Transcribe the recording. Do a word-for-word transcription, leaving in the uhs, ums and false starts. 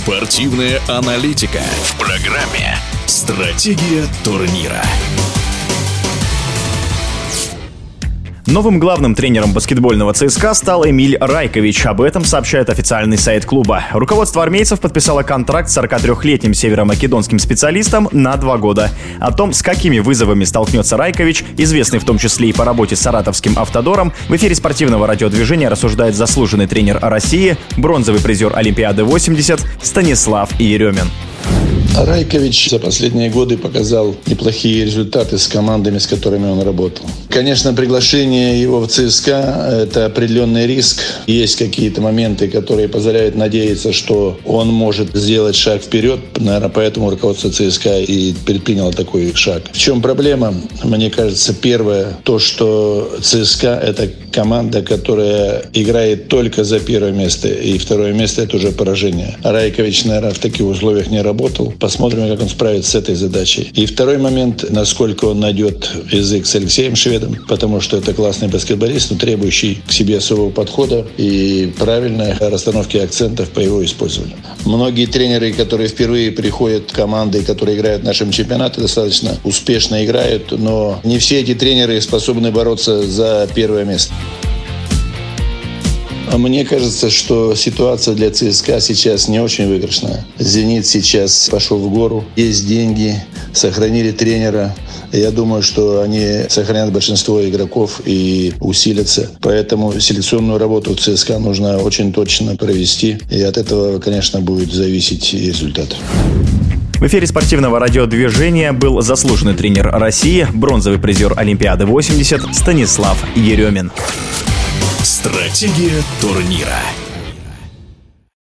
Спортивная аналитика в программе «Стратегия турнира». Новым главным тренером баскетбольного ЦСКА стал Эмиль Райкович. Об этом сообщает официальный сайт клуба. Руководство армейцев подписало контракт с сорокатрёхлетним северомакедонским специалистом на два года. О том, с какими вызовами столкнется Райкович, известный в том числе и по работе с саратовским «Автодором», в эфире спортивного радиодвижения рассуждает заслуженный тренер России, бронзовый призер Олимпиады восемьдесят Станислав Еремин. Райкович за последние годы показал неплохие результаты с командами, с которыми он работал. Конечно, приглашение его в ЦСКА – это определенный риск. Есть какие-то моменты, которые позволяют надеяться, что он может сделать шаг вперед. Наверное, поэтому руководство ЦСКА и предприняло такой шаг. В чем проблема? Мне кажется, первое, то, что ЦСКА – это команда, которая играет только за первое место. И второе место – это уже поражение. Райкович, наверное, в таких условиях не работал. Посмотрим, как он справится с этой задачей. И второй момент, насколько он найдет язык с Алексеем Шведом, потому что это классный баскетболист, но требующий к себе особого подхода и правильной расстановки акцентов по его использованию. Многие тренеры, которые впервые приходят в команды, которые играют в нашем чемпионате, достаточно успешно играют, но не все эти тренеры способны бороться за первое место. Мне кажется, что ситуация для ЦСКА сейчас не очень выигрышная. «Зенит» сейчас пошел в гору. Есть деньги, сохранили тренера. Я думаю, что они сохранят большинство игроков и усилятся. Поэтому селекционную работу в ЦСКА нужно очень точно провести. И от этого, конечно, будет зависеть и результат. В эфире спортивного радиодвижения был заслуженный тренер России, бронзовый призер Олимпиады восемьдесят Станислав Еремин. Стратегия турнира.